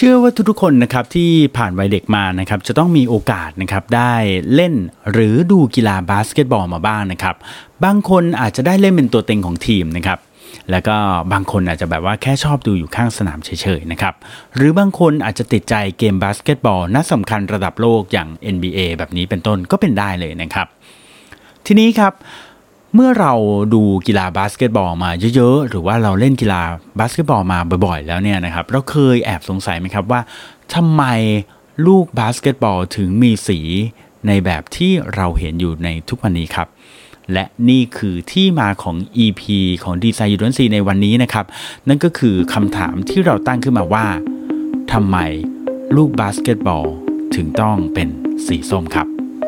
ชื่อว่าทุกๆคนนะครับที่ผ่านวัยเด็กมานะครับจะต้องมีโอกาสนะครับได้เล่นหรือดูกีฬาบาสเกตบอลมาบ้างนะครับบางคนอาจจะได้เล่นเป็นตัวเต็งของทีมนะครับแล้วก็บางคนอาจจะแบบว่าแค่ชอบดูอยู่ข้างสนามเฉยๆนะครับหรือบางคนอาจจะติดใจเกมบาสเกตบอลนัดสำคัญระดับโลกอย่าง NBA แบบนี้เป็นต้นก็เป็นได้เลยนะครับทีนี้ครับเมื่อเราดูกีฬาบาสเกตบอลมาเยอะๆหรือว่าเราเล่นกีฬาบาสเกตบอลมาบ่อยๆแล้วเนี่ยนะครับเราเคยแอบสงสัยไหมครับว่าทำไมลูกบาสเกตบอลถึงมีสีในแบบที่เราเห็นอยู่ในทุกวันนี้ครับและนี่คือที่มาของ EP ของ Design You Don't See ในวันนี้นะครับนั่นก็คือคำถามที่เราตั้งขึ้นมาว่าทำไมลูกบาสเกตบอลถึงต้องเป็นสีส้มครับ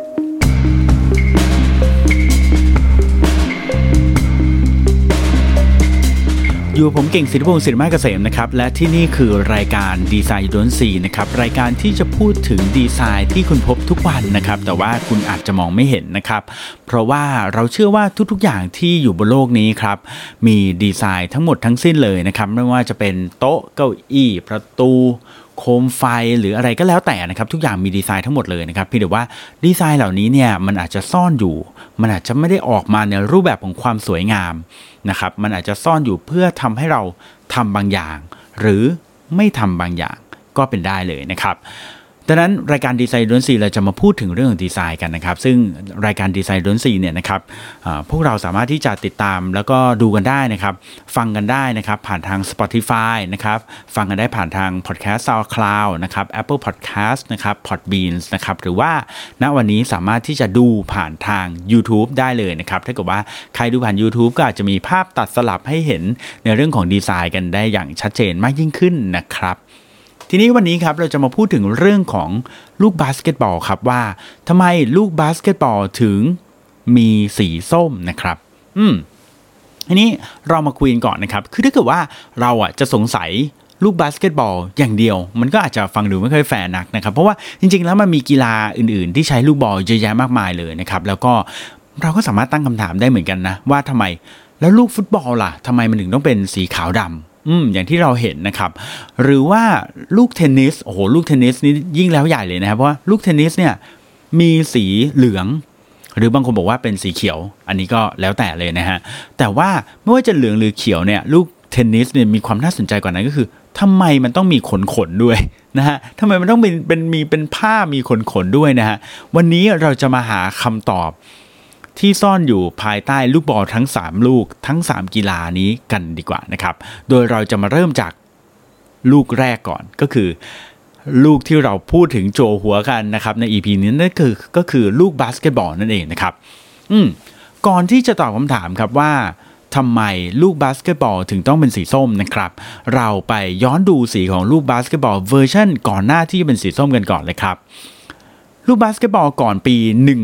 อยู่ผมเก่งศิริพงศ์ศิริมาเกษมนะครับและที่นี่คือรายการ Design You Don't See นะครับรายการที่จะพูดถึงดีไซน์ที่คุณพบทุกวันนะครับแต่ว่าคุณอาจจะมองไม่เห็นนะครับเพราะว่าเราเชื่อว่าทุกๆอย่างที่อยู่บนโลกนี้ครับมีดีไซน์ทั้งหมดทั้งสิ้นเลยนะครับไม่ว่าจะเป็นโต๊ะเก้าอี้ประตูโคมไฟหรืออะไรก็แล้วแต่นะครับทุกอย่างมีดีไซน์ทั้งหมดเลยนะครับเพียงแต่ว่าดีไซน์เหล่านี้เนี่ยมันอาจจะซ่อนอยู่มันอาจจะไม่ได้ออกมาในรูปแบบของความสวยงามนะครับมันอาจจะซ่อนอยู่เพื่อทำให้เราทำบางอย่างหรือไม่ทำบางอย่างก็เป็นได้เลยนะครับดังนั้นรายการดีไซน์ดนซีเราจะมาพูดถึงเรื่องของดีไซน์กันนะครับซึ่งรายการดีไซน์ดนซีเนี่ยนะครับพวกเราสามารถที่จะติดตามแล้วก็ดูกันได้นะครับฟังกันได้นะครับผ่านทาง Spotify นะครับฟังกันได้ผ่านทาง Podcast SoundCloud นะครับ Apple Podcast นะครับ Podbean นะครับหรือว่าณวันนี้สามารถที่จะดูผ่านทาง YouTube ได้เลยนะครับถ้าเกิดว่าใครดูผ่าน YouTube ก็อาจจะมีภาพตัดสลับให้เห็นในเรื่องของดีไซน์กันได้อย่างชัดเจนมากยิ่งขึ้นนะครับทีนี้วันนี้ครับเราจะมาพูดถึงเรื่องของลูกบาสเกตบอลครับว่าทำไมลูกบาสเกตบอลถึงมีสีส้มนะครับทีนี้เรามาคุยกันก่อนนะครับคือถ้าเกิดว่าเราจะสงสัยลูกบาสเกตบอลอย่างเดียวมันก็อาจจะฟังดูไม่ค่อยแฟร์นักนะครับเพราะว่าจริงๆแล้วมันมีกีฬาอื่นๆที่ใช้ลูกบอลเยอะแยะมากมายเลยนะครับแล้วก็เราก็สามารถตั้งคำถามได้เหมือนกันนะว่าทำไมแล้วลูกฟุตบอลล่ะทำไมมันถึงต้องเป็นสีขาวดำอย่างที่เราเห็นนะครับหรือว่าลูกเทนนิสโอ้โหลูกเทนนิสนี่ยิ่งแล้วใหญ่เลยนะครับเพราะว่าลูกเทนนิสเนี่ยมีสีเหลืองหรือบางคนบอกว่าเป็นสีเขียวอันนี้ก็แล้วแต่เลยนะฮะแต่ว่าไม่ว่าจะเหลืองหรือเขียวเนี่ยลูกเทนนิสเนี่ยมีความน่าสนใจกว่านั้นก็คือทำไมมันต้องมีขนด้วยนะฮะทำไมมันต้องเป็นผ้ามีขนด้วยนะฮะวันนี้เราจะมาหาคำตอบที่ซ่อนอยู่ภายใต้ลูกบอลทั้ง3ลูกทั้ง3กีฬานี้กันดีกว่านะครับโดยเราจะมาเริ่มจากลูกแรกก่อนก็คือลูกที่เราพูดถึงโจหัวกันนะครับใน EP นี้นั่นก็คือลูกบาสเกตบอลนั่นเองนะครับก่อนที่จะตอบคำถามครับว่าทำไมลูกบาสเกตบอลถึงต้องเป็นสีส้มนะครับเราไปย้อนดูสีของลูกบาสเกตบอลเวอร์ชันก่อนหน้าที่จะเป็นสีส้มกันก่อนเลยครับลูกบาสเกตบอลก่อนปี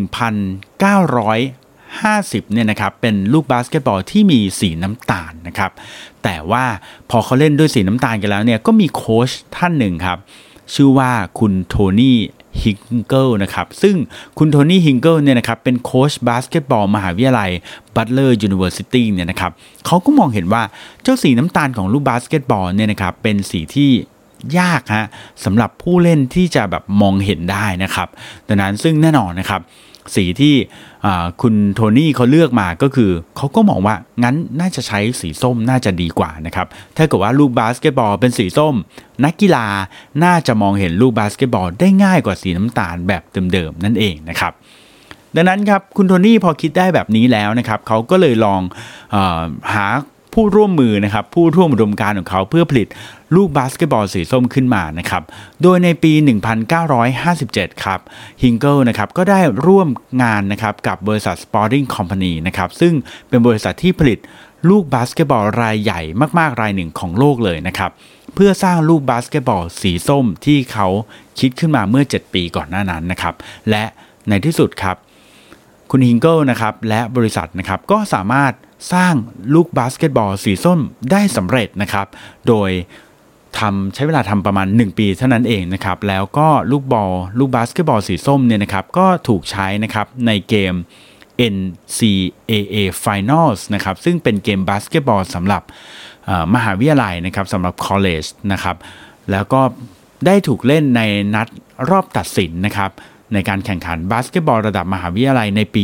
1950 เนี่ยนะครับเป็นลูกบาสเกตบอลที่มีสีน้ำตาลนะครับแต่ว่าพอเขาเล่นด้วยสีน้ำตาลกันแล้วเนี่ยก็มีโค้ชท่านหนึ่งครับชื่อว่าคุณโทนี่ฮิงเกิลนะครับซึ่งคุณโทนี่ฮิงเกิลเนี่ยนะครับเป็นโค้ชบาสเกตบอลมหาวิทยาลัยบัตเลอร์ยูนิเวอร์ซิตี้เนี่ยนะครับเขาก็มองเห็นว่าเจ้าสีน้ำตาลของลูกบาสเกตบอลเนี่ยนะครับเป็นสีที่ยากฮะสำหรับผู้เล่นที่จะแบบมองเห็นได้นะครับดังนั้นซึ่งแน่นอนนะครับสีที่คุณโทนี่เขาเลือกมาก็คือเขาก็มองว่างั้นน่าจะใช้สีส้มน่าจะดีกว่านะครับถ้าเกิดว่าลูกบาสเกตบอลเป็นสีส้มนักกีฬาน่าจะมองเห็นลูกบาสเกตบอลได้ง่ายกว่าสีน้ำตาลแบบเดิมๆนั่นเองนะครับดังนั้นครับคุณโทนี่พอคิดได้แบบนี้แล้วนะครับเขาก็เลยลองหาผู้ร่วมมือนะครับผู้ร่วมอุดมการณ์ของเขาเพื่อผลิตลูกบาสเกตบอลสีส้มขึ้นมานะครับโดยในปี 1957 ครับฮิงเกิลนะครับก็ได้ร่วมงานนะครับกับบริษัท Sporting Company นะครับซึ่งเป็นบริษัทที่ผลิตลูกบาสเกตบอลรายใหญ่มากๆรายหนึ่งของโลกเลยนะครับเพื่อสร้างลูกบาสเกตบอลสีส้มที่เขาคิดขึ้นมาเมื่อ7ปีก่อนหน้านั้นนะครับและในที่สุดครับคุณฮิงเกิลนะครับและบริษัทนะครับก็สามารถสร้างลูกบาสเกตบอลสีส้มได้สำเร็จนะครับโดยใช้เวลาทำประมาณ1ปีเท่านั้นเองนะครับแล้วก็ลูกบาสเกตบอลสีส้มเนี่ยนะครับก็ถูกใช้นะครับในเกม NCAA Finals นะครับซึ่งเป็นเกมบาสเกตบอลสำหรับมหาวิทยาลัยนะครับสำหรับ college นะครับแล้วก็ได้ถูกเล่นในนัดรอบตัดสินนะครับในการแข่งขันบาสเกตบอลระดับมหาวิทยาลัยในปี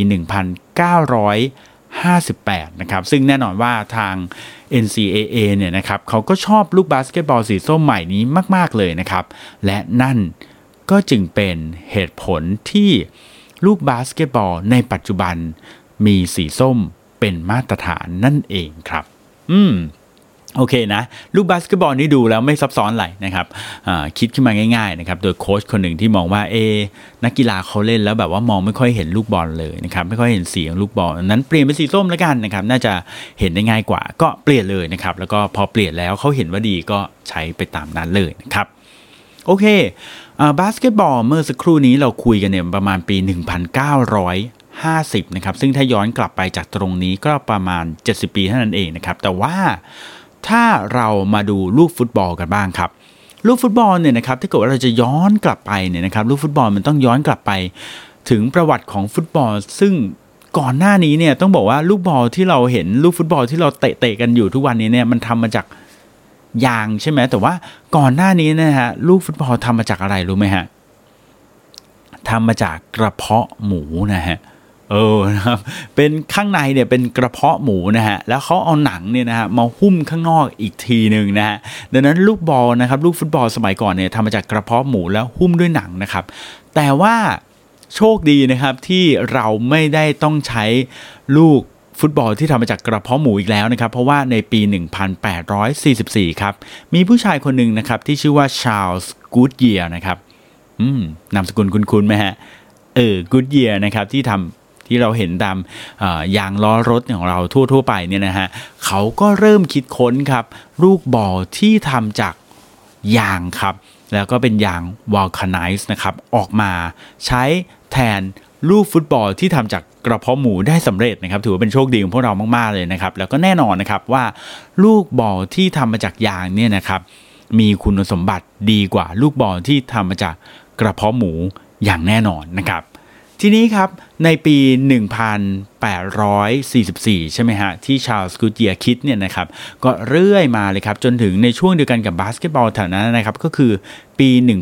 1958 นะครับซึ่งแน่นอนว่าทาง NCAA เนี่ยนะครับเขาก็ชอบลูกบาสเกตบอลสีส้มใหม่นี้มากๆเลยนะครับและนั่นก็จึงเป็นเหตุผลที่ลูกบาสเกตบอลในปัจจุบันมีสีส้มเป็นมาตรฐานนั่นเองครับโอเคนะลูกบาสเกตบอลนี่ดูแล้วไม่ซับซ้อนอะไรนะครับคิดขึ้นมาง่ายๆนะครับโดยโค้ชคนหนึ่งที่มองว่านักกีฬาเขาเล่นแล้วแบบว่ามองไม่ค่อยเห็นลูกบอลเลยนะครับไม่ค่อยเห็นสีของลูกบอลนั้นเปลี่ยนเป็นสีส้มแล้วกันนะครับน่าจะเห็นได้ง่ายกว่าก็เปลี่ยนเลยนะครับแล้วก็พอเปลี่ยนแล้วเขาเห็นว่าดีก็ใช้ไปตามนั้นเลยนะครับโอเคบาสเกตบอลเมื่อสักครู่นี้เราคุยกันเนี่ยประมาณปี 1950 นะครับซึ่งถ้าย้อนกลับไปจากตรงนี้ก็ประมาณ70 ปีเท่านั้นเองนะครับแต่ว่าถ้าเรามาดูลูกฟุตบอลกันบ้างครับลูกฟุตบอลเนี่ยนะครับถ้าเกิดว่าเราจะย้อนกลับไปเนี่ยนะครับลูกฟุตบอลมันต้องย้อนกลับไปถึงประวัติของฟุตบอลซึ่งก่อนหน้านี้เนี่ยต้องบอกว่าลูกบอลที่เราเห็นลูกฟุตบอลที่เราเตะกันอยู่ทุกวันนี้เนี่ยมันทำมาจากยางใช่ไหมแต่ว่าก่อนหน้านี้นะฮะลูกฟุตบอลทำมาจากอะไรรู้ไหมฮะทำมาจากกระเพาะหมูนะฮะนะครับเป็นข้างในเนี่ยเป็นกระเพาะหมูนะฮะแล้วเขาเอาหนังเนี่ยนะฮะมาหุ้มข้างนอกอีกทีนึงนะฮะดังนั้นลูกบอลนะครับลูกฟุตบอลสมัยก่อนเนี่ยทำมาจากกระเพาะหมูแล้วหุ้มด้วยหนังนะครับแต่ว่าโชคดีนะครับที่เราไม่ได้ต้องใช้ลูกฟุตบอลที่ทำมาจากกระเพาะหมูอีกแล้วนะครับเพราะว่าในปี 1844 ครับมีผู้ชายคนหนึ่งนะครับที่ชื่อว่าชาร์ลส์กูดเยียร์นะครับนามสกุลคุ้นๆไหมฮะกูดเยียร์นะครับที่เราเห็นตามยางล้อรถของเราทั่วๆไปเนี่ยนะฮะเขาก็เริ่มคิดค้นครับลูกบอลที่ทำจากยางครับแล้วก็เป็นยางวอลคาไนซ์นะครับออกมาใช้แทนลูกฟุตบอลที่ทำจากกระเพาะหมูได้สำเร็จนะครับถือว่าเป็นโชคดีของพวกเรามากๆเลยนะครับแล้วก็แน่นอนนะครับว่าลูกบอลที่ทำมาจากยางเนี่ยนะครับมีคุณสมบัติดีกว่าลูกบอลที่ทำมาจากกระเพาะหมูอย่างแน่นอนนะครับทีนี้ครับในปี 1844 ใช่ไหมฮะที่ชาร์ลส์กูดเยียร์คิดเนี่ยนะครับก็เรื่อยมาเลยครับจนถึงในช่วงเดียวกันกับบาสเกตบอลแถวนั้นนะครับก็คือปี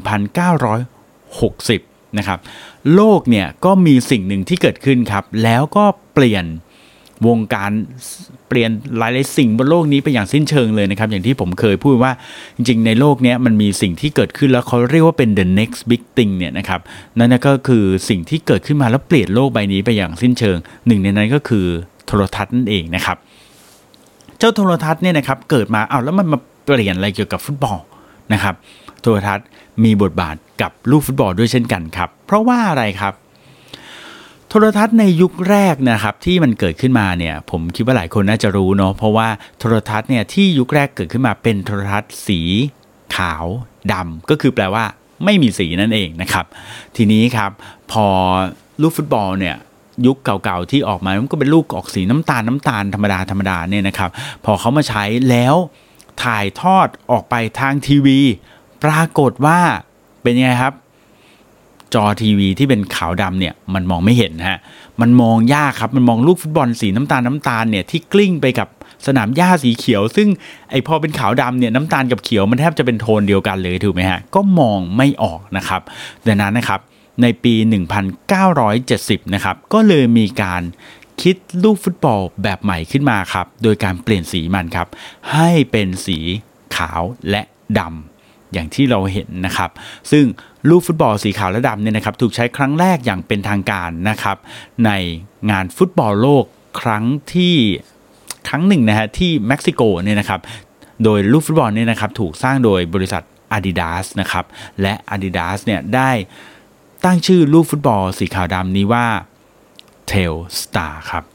1960 นะครับโลกเนี่ยก็มีสิ่งหนึ่งที่เกิดขึ้นครับแล้วก็เปลี่ยนวงการเปลี่ยนหลายๆสิ่งบนโลกนี้ไปอย่างสิ้นเชิงเลยนะครับอย่างที่ผมเคยพูดว่าจริงๆในโลกนี้มันมีสิ่งที่เกิดขึ้นแล้วเขาเรียกว่าเป็น the next big thing เนี่ยนะครับนั่นก็คือสิ่งที่เกิดขึ้นมาแล้วเปลี่ยนโลกใบนี้ไปอย่างสิ้นเชิงหนึ่งในนั้นก็คือโทรทัศน์นั่นเองนะครับเจ้าโทรทัศน์เนี่ยนะครับเกิดมาแล้วมันมาเปลี่ยนอะไรเกี่ยวกับฟุตบอลนะครับโทรทัศน์มีบทบาทกับลูกฟุตบอลด้วยเช่นกันครับเพราะว่าอะไรครับโทรทัศน์ในยุคแรกนะครับที่มันเกิดขึ้นมาเนี่ยผมคิดว่าหลายคนน่าจะรู้เนาะเพราะว่าโทรทัศน์เนี่ยที่ยุคแรกเกิดขึ้นมาเป็นโทรทัศน์สีขาวดำก็คือแปลว่าไม่มีสีนั่นเองนะครับทีนี้ครับพอลูกฟุตบอลเนี่ยยุคเก่าๆที่ออกมามันก็เป็นลูกออกสีน้ำตาลธรรมดาเนี่ยนะครับพอเขามาใช้แล้วถ่ายทอดออกไปทางทีวีปรากฏว่าเป็นยังไงครับจอทีวีที่เป็นขาวดำเนี่ยมันมองไม่เห็นฮะมันมองยากครับมันมองลูกฟุตบอลสีน้ำตาลเนี่ยที่กลิ้งไปกับสนามหญ้าสีเขียวซึ่งพอเป็นขาวดำเนี่ยน้ำตาลกับเขียวมันแทบจะเป็นโทนเดียวกันเลยถูกไหมฮะก็มองไม่ออกนะครับดังนั้นนะครับในปี 1970 นะครับก็เลยมีการคิดลูกฟุตบอลแบบใหม่ขึ้นมาครับโดยการเปลี่ยนสีมันครับให้เป็นสีขาวและดำอย่างที่เราเห็นนะครับซึ่งลูกฟุตบอลสีขาวและดำเนี่ยนะครับถูกใช้ครั้งแรกอย่างเป็นทางการนะครับในงานฟุตบอลโลกครั้งหนึ่งนะฮะที่เม็กซิโกเนี่ยนะครับโดยลูกฟุตบอลเนี่ยนะครับถูกสร้างโดยบริษัท Adidas นะครับและ Adidas เนี่ยได้ตั้งชื่อลูกฟุตบอลสีขาวดำนี้ว่า Telstar ครับ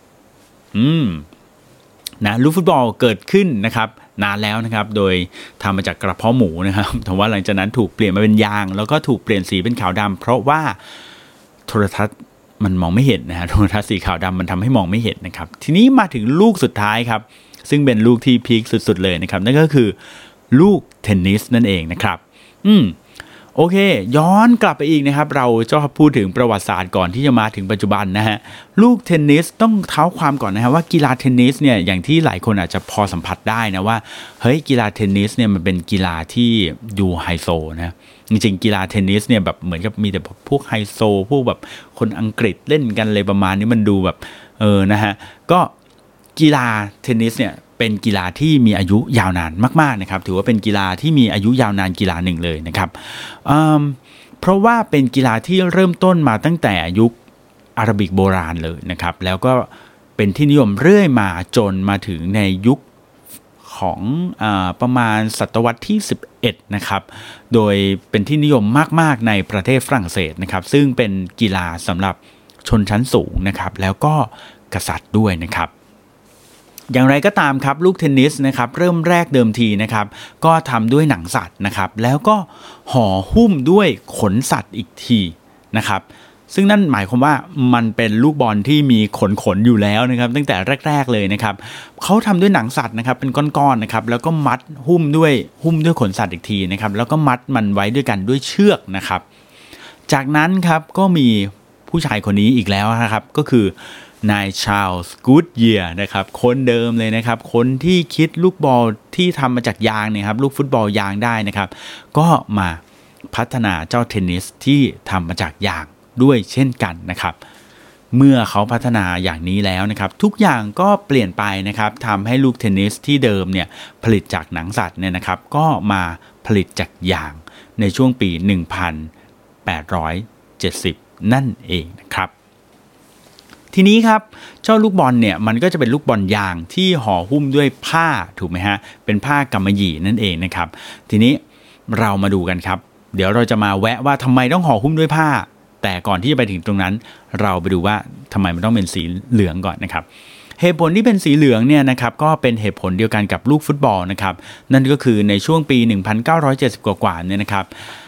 นะลูกฟุตบอลเกิดขึ้นนะครับนานแล้วนะครับโดยทำมาจากกระเพาะหมูนะครับแต่ว่าหลังจากนั้นถูกเปลี่ยนมาเป็นยางแล้วก็ถูกเปลี่ยนสีเป็นขาวดำเพราะว่าโทรทัศน์มันมองไม่เห็นนะฮะโทรทัศน์สีขาวดำมันทำให้มองไม่เห็นนะครับทีนี้มาถึงลูกสุดท้ายครับซึ่งเป็นลูกที่พีคสุดๆเลยนะครับนั่นก็คือลูกเทนนิสนั่นเองนะครับโอเคย้อนกลับไปอีกนะครับเราจะพูดถึงประวัติศาสตร์ก่อนที่จะมาถึงปัจจุบันนะฮะลูกเทนนิสต้องเท้าความก่อนนะฮะว่ากีฬาเทนนิสเนี่ยอย่างที่หลายคนอาจจะพอสัมผัสได้นะว่าเฮ้ยกีฬาเทนนิสเนี่ยมันเป็นกีฬาที่ดูไฮโซนะจริงๆกีฬาเทนนิสเนี่ยแบบเหมือนกับมีแต่พวกไฮโซพวกแบบคนอังกฤษเล่นกันเลยประมาณนี้มันดูแบบนะฮะก็กีฬาเทนนิสเนี่ยเป็นกีฬาที่มีอายุยาวนานมากๆนะครับถือว่าเป็นกีฬาที่มีอายุยาวนานกีฬาหนึ่งเลยนะครับเพราะว่าเป็นกีฬาที่เริ่มต้นมาตั้งแต่ยุคอาหรับิกโบราณเลยนะครับแล้วก็เป็นที่นิยมเรื่อยมาจนมาถึงในยุคของประมาณศตวรรษที่11นะครับโดยเป็นที่นิยมมากๆในประเทศฝรั่งเศสนะครับซึ่งเป็นกีฬาสำหรับชนชั้นสูงนะครับแล้วก็กษัตริย์ด้วยนะครับอย่างไรก็ตามครับลูกเทนนิสนะครับเริ่มแรกเดิมทีนะครับก็ทำด้วยหนังสัตว์นะครับแล้วก็ห่อหุ้มด้วยขนสัตว์อีกทีนะครับซึ่งนั่นหมายความว่ามันเป็นลูกบอลที่มีขนอยู่แล้วนะครับตั้งแต่แรกๆเลยนะครับเขาทำด้วยหนังสัตว์นะครับเป็นก้อนๆนะครับแล้วก็มัดหุ้มด้วยขนสัตว์อีกทีนะครับแล้วก็มัดมันไว้ด้วยกันด้วยเชือกนะครับจากนั้นครับก็มีผู้ชายคนนี้อีกแล้วนะครับก็คือนายชาร์ลส์กูดเยียร์นะครับคนเดิมเลยนะครับคนที่คิดลูกบอลที่ทำมาจากยางเนี่ยครับลูกฟุตบอลยางได้นะครับก็มาพัฒนาเจ้าเทนนิสที่ทำมาจากยางด้วยเช่นกันนะครับเมื่อเขาพัฒนาอย่างนี้แล้วนะครับทุกอย่างก็เปลี่ยนไปนะครับทำให้ลูกเทนนิสที่เดิมเนี่ยผลิตจากหนังสัตว์เนี่ยนะครับก็มาผลิตจากยางในช่วงปี 1870 นั่นเองนะครับทีนี้ครับเจ้าลูกบอลเนี่ยมันก็จะเป็นลูกบอลยางที่ห่อหุ้มด้วยผ้าถูกไหมฮะเป็นผ้ากำมะหยี่นั่นเองนะครับทีนี้เรามาดูกันครับเดี๋ยวเราจะมาแวะว่าทำไมต้องห่อหุ้มด้วยผ้าแต่ก่อนที่จะไปถึงตรงนั้นเราไปดูว่าทำไมมันต้องเป็นสีเหลืองก่อนนะครับเหตุผลที่เป็นสีเหลืองเนี่ยนะครับก็เป็นเหตุผลเดียวกันกับลูกฟุตบอลนะครับนั่นก็คือในช่วงปี 1970 กว่าๆเนี่ยนะครับ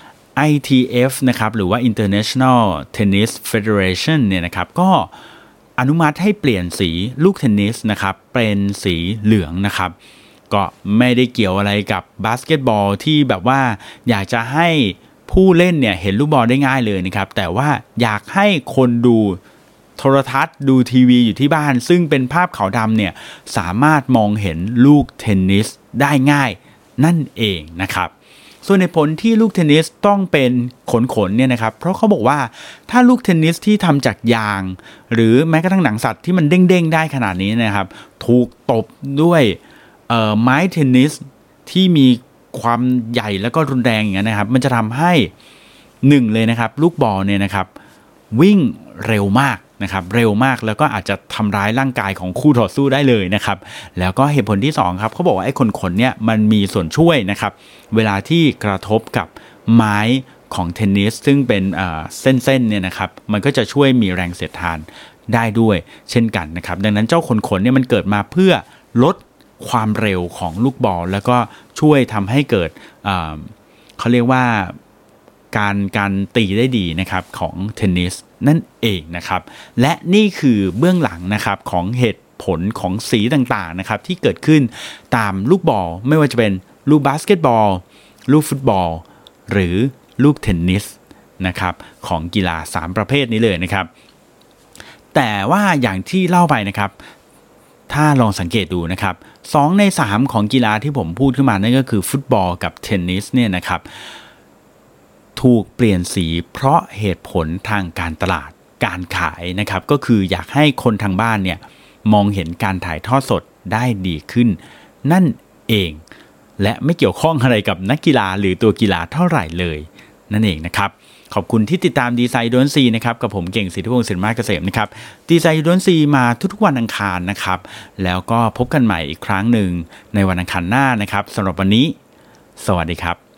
ITF นะครับหรือว่า International Tennis Federation เนี่ยนะครับก็อนุมัติให้เปลี่ยนสีลูกเทนนิสนะครับเป็นสีเหลืองนะครับก็ไม่ได้เกี่ยวอะไรกับบาสเกตบอลที่แบบว่าอยากจะให้ผู้เล่นเนี่ยเห็นลูกบอลได้ง่ายเลยนะครับแต่ว่าอยากให้คนดูโทรทัศน์ดูทีวีอยู่ที่บ้านซึ่งเป็นภาพขาวดำเนี่ยสามารถมองเห็นลูกเทนนิสได้ง่ายนั่นเองนะครับส่วนในผลที่ลูกเทนนิสต้องเป็นขนเนี่ยนะครับเพราะเขาบอกว่าถ้าลูกเทนนิสที่ทำจากยางหรือแม้กระทั่งหนังสัตว์ที่มันเด้งๆได้ขนาดนี้นะครับถูกตบด้วยไม้เทนนิสที่มีความใหญ่แล้วก็รุนแรงอย่างนี้นะครับมันจะทำให้เลยนะครับลูกบอลเนี่ยนะครับวิ่งเร็วมากนะครับเร็วมากแล้วก็อาจจะทำร้ายร่างกายของคู่ต่อสู้ได้เลยนะครับแล้วก็เหตุผลที่2ครับเขาบอกว่าไอ้ขนเนี่ยมันมีส่วนช่วยนะครับเวลาที่กระทบกับไม้ของเทนนิสซึ่งเป็นเส้นเนี่ยนะครับมันก็จะช่วยมีแรงเสียดทานได้ด้วยเช่นกันนะครับดังนั้นเจ้าขนเนี่ยมันเกิดมาเพื่อลดความเร็วของลูกบอลแล้วก็ช่วยทำให้เกิดเขาเรียกว่าการตีได้ดีนะครับของเทนนิสนั่นเองนะครับและนี่คือเบื้องหลังนะครับของเหตุผลของสีต่างๆนะครับที่เกิดขึ้นตามลูกบอลไม่ว่าจะเป็นลูกบาสเกตบอลลูกฟุตบอลหรือลูกเทนนิสนะครับของกีฬา3ประเภทนี้เลยนะครับแต่ว่าอย่างที่เล่าไปนะครับถ้าลองสังเกตดูนะครับ2ใน3ของกีฬาที่ผมพูดขึ้นมานั่นก็คือฟุตบอลกับเทนนิสเนี่ยนะครับถูกเปลี่ยนสีเพราะเหตุผลทางการตลาดการขายนะครับก็คืออยากให้คนทางบ้านเนี่ยมองเห็นการถ่ายทอดสดได้ดีขึ้นนั่นเองและไม่เกี่ยวข้องอะไรกับนักกีฬาหรือตัวกีฬาเท่าไหร่เลยนั่นเองนะครับขอบคุณที่ติดตามดีไซน์ดวนซีนะครับกับผมเก่งสิทธิพงศ์สินมาเกษมนะครับดีไซน์ดวนซีมาทุกๆวันอังคารนะครับแล้วก็พบกันใหม่อีกครั้งหนึ่งในวันอังคารหน้านะครับสำหรับวันนี้สวัสดีครับ